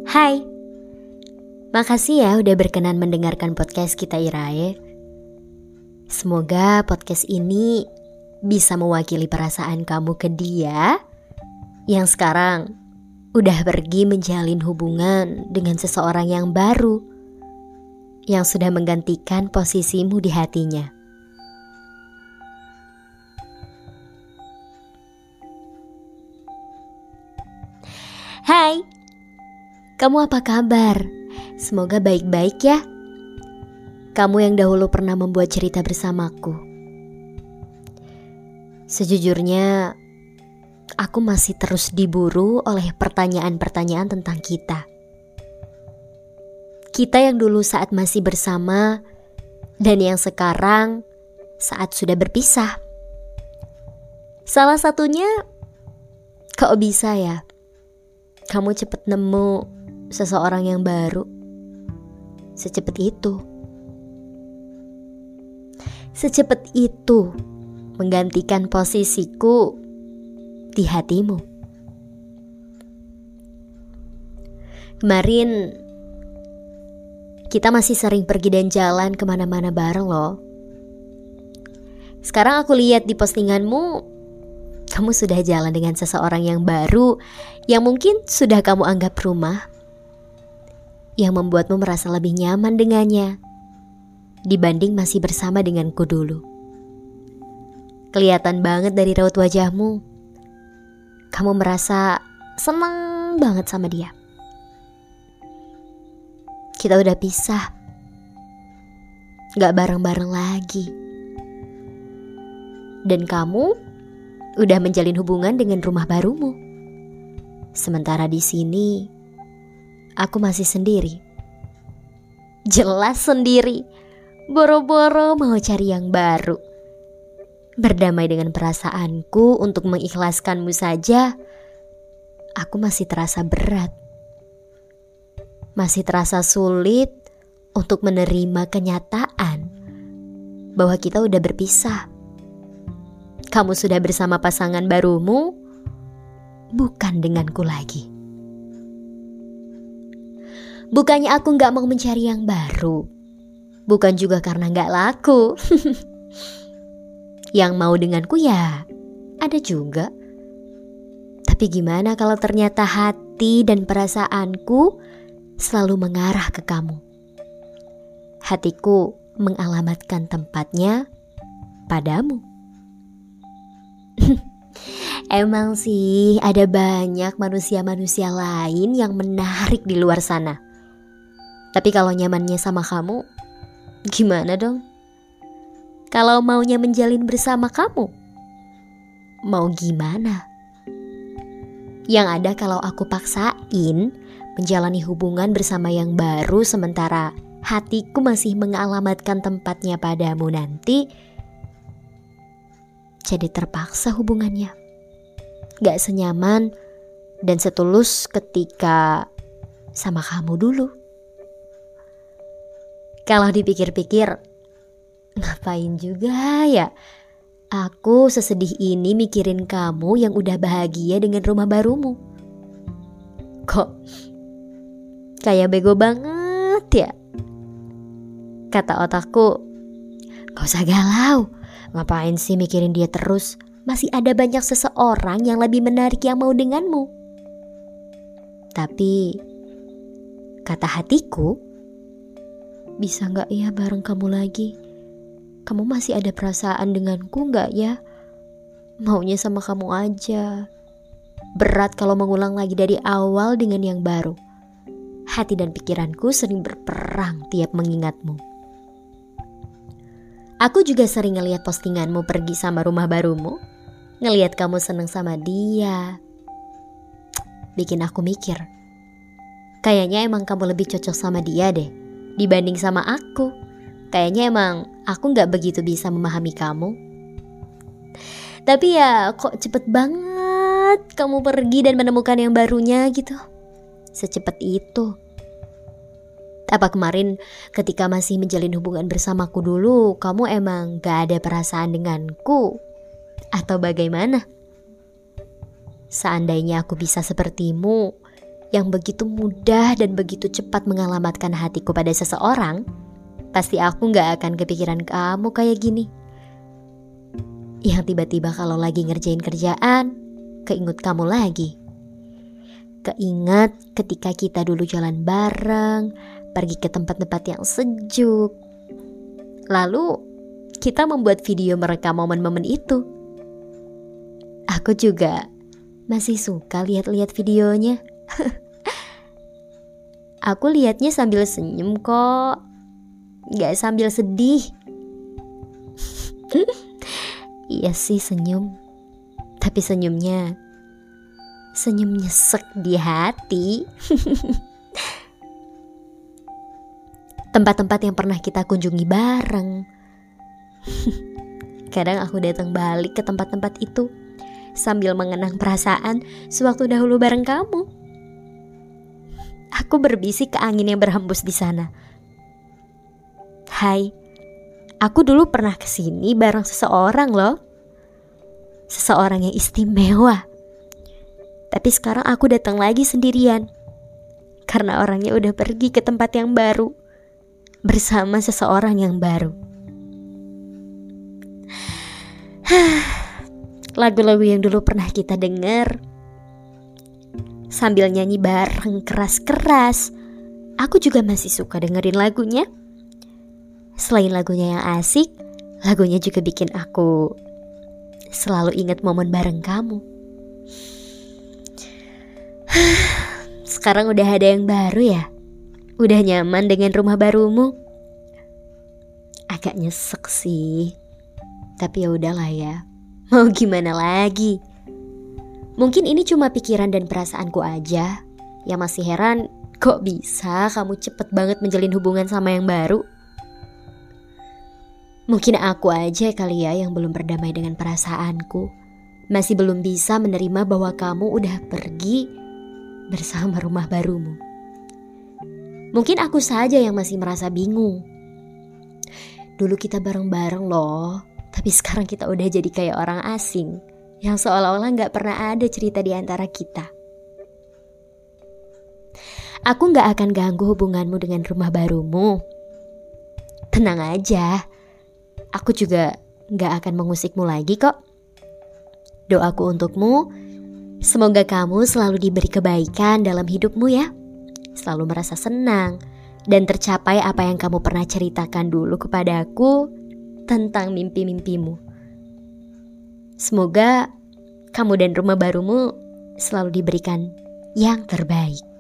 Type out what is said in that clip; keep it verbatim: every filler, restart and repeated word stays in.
Hai, makasih ya udah berkenan mendengarkan podcast kita Irae. Semoga podcast ini bisa mewakili perasaan kamu ke dia yang sekarang udah pergi menjalin hubungan dengan seseorang yang baru, yang sudah menggantikan posisimu di hatinya. Hai, kamu apa kabar? Semoga baik-baik ya. Kamu yang dahulu pernah membuat cerita bersamaku. Sejujurnya, aku masih terus diburu oleh pertanyaan-pertanyaan tentang kita. Kita yang dulu saat masih bersama dan yang sekarang saat sudah berpisah. Salah satunya, kok bisa ya kamu cepet nemu seseorang yang baru? Secepat itu. Secepat itu menggantikan posisiku di hatimu. Kemarin kita masih sering pergi dan jalan kemana-mana bareng loh. Sekarang aku lihat di postinganmu, kamu sudah jalan dengan seseorang yang baru, yang mungkin sudah kamu anggap rumah, yang membuatmu merasa lebih nyaman dengannya dibanding masih bersama denganku dulu. Kelihatan banget dari raut wajahmu, kamu merasa senang banget sama dia. Kita udah pisah, gak bareng-bareng lagi. Dan kamu udah menjalin hubungan dengan rumah barumu. Sementara di sini, aku masih sendiri. Jelas sendiri. Boro-boro mau cari yang baru. Berdamai dengan perasaanku untuk mengikhlaskanmu saja, aku masih terasa berat. Masih terasa sulit untuk menerima kenyataan bahwa kita udah berpisah. Kamu sudah bersama pasangan barumu, bukan denganku lagi. Bukannya aku gak mau mencari yang baru, bukan juga karena gak laku. Yang mau denganku ya ada juga. Tapi gimana kalau ternyata hati dan perasaanku selalu mengarah ke kamu? Hatiku mengalamatkan tempatnya padamu. Emang sih ada banyak manusia-manusia lain yang menarik di luar sana. Tapi kalau nyamannya sama kamu, gimana dong? Kalau maunya menjalin bersama kamu, mau gimana? Yang ada kalau aku paksain menjalani hubungan bersama yang baru sementara hatiku masih mengalamatkan tempatnya padamu nanti, jadi terpaksa hubungannya. Gak senyaman dan setulus ketika sama kamu dulu. Kalau dipikir-pikir, ngapain juga ya aku sesedih ini mikirin kamu yang udah bahagia dengan rumah barumu? Kok kayak bego banget ya? Kata otakku, gak usah galau. Ngapain sih mikirin dia terus? Masih ada banyak seseorang yang lebih menarik yang mau denganmu. Tapi kata hatiku, bisa gak ya bareng kamu lagi? Kamu masih ada perasaan denganku gak ya? Maunya sama kamu aja. Berat kalau mengulang lagi dari awal dengan yang baru. Hati dan pikiranku sering berperang tiap mengingatmu. Aku juga sering ngeliat postinganmu pergi sama rumah barumu, ngeliat kamu seneng sama dia. Bikin aku mikir, kayaknya emang kamu lebih cocok sama dia deh dibanding sama aku. Kayaknya emang aku gak begitu bisa memahami kamu. Tapi ya kok cepet banget kamu pergi dan menemukan yang barunya gitu. Secepat itu. Apa kemarin ketika masih menjalin hubungan bersamaku dulu, kamu emang gak ada perasaan denganku? Atau bagaimana? Seandainya aku bisa sepertimu, yang begitu mudah dan begitu cepat mengalamatkan hatiku pada seseorang, pasti aku gak akan kepikiran kamu kayak gini. Yang tiba-tiba kalau lagi ngerjain kerjaan, keinget kamu lagi. Keinget ketika kita dulu jalan bareng, pergi ke tempat-tempat yang sejuk. Lalu kita membuat video merekam momen-momen itu. Aku juga masih suka lihat-lihat videonya. Aku lihatnya sambil senyum kok, gak sambil sedih. Iya sih senyum, tapi senyumnya senyum nyesek di hati. Tempat-tempat yang pernah kita kunjungi bareng. Kadang aku datang balik ke tempat-tempat itu sambil mengenang perasaan sewaktu dahulu bareng kamu. Aku berbisik ke angin yang berhembus di sana. Hai, aku dulu pernah kesini bareng seseorang loh. Seseorang yang istimewa. Tapi sekarang aku datang lagi sendirian. Karena orangnya udah pergi ke tempat yang baru. Bersama seseorang yang baru. Lagu-lagu yang dulu pernah kita dengar sambil nyanyi bareng keras-keras, aku juga masih suka dengerin lagunya. Selain lagunya yang asik, lagunya juga bikin aku selalu ingat momen bareng kamu. Sekarang udah ada yang baru ya? Udah nyaman dengan rumah barumu? Agak nyesek sih, tapi ya udahlah ya. Mau gimana lagi? Mungkin ini cuma pikiran dan perasaanku aja yang masih heran kok bisa kamu cepet banget menjalin hubungan sama yang baru. Mungkin aku aja kali ya yang belum berdamai dengan perasaanku. Masih belum bisa menerima bahwa kamu udah pergi bersama rumah barumu. Mungkin aku saja yang masih merasa bingung. Dulu kita bareng-bareng loh. Tapi sekarang kita udah jadi kayak orang asing yang seolah-olah gak pernah ada cerita di antara kita. Aku gak akan ganggu hubunganmu dengan rumah barumu. Tenang aja, aku juga gak akan mengusikmu lagi kok. Doaku untukmu, semoga kamu selalu diberi kebaikan dalam hidupmu ya. Selalu merasa senang dan tercapai apa yang kamu pernah ceritakan dulu kepadaku tentang mimpi-mimpimu. Semoga kamu dan rumah barumu selalu diberikan yang terbaik.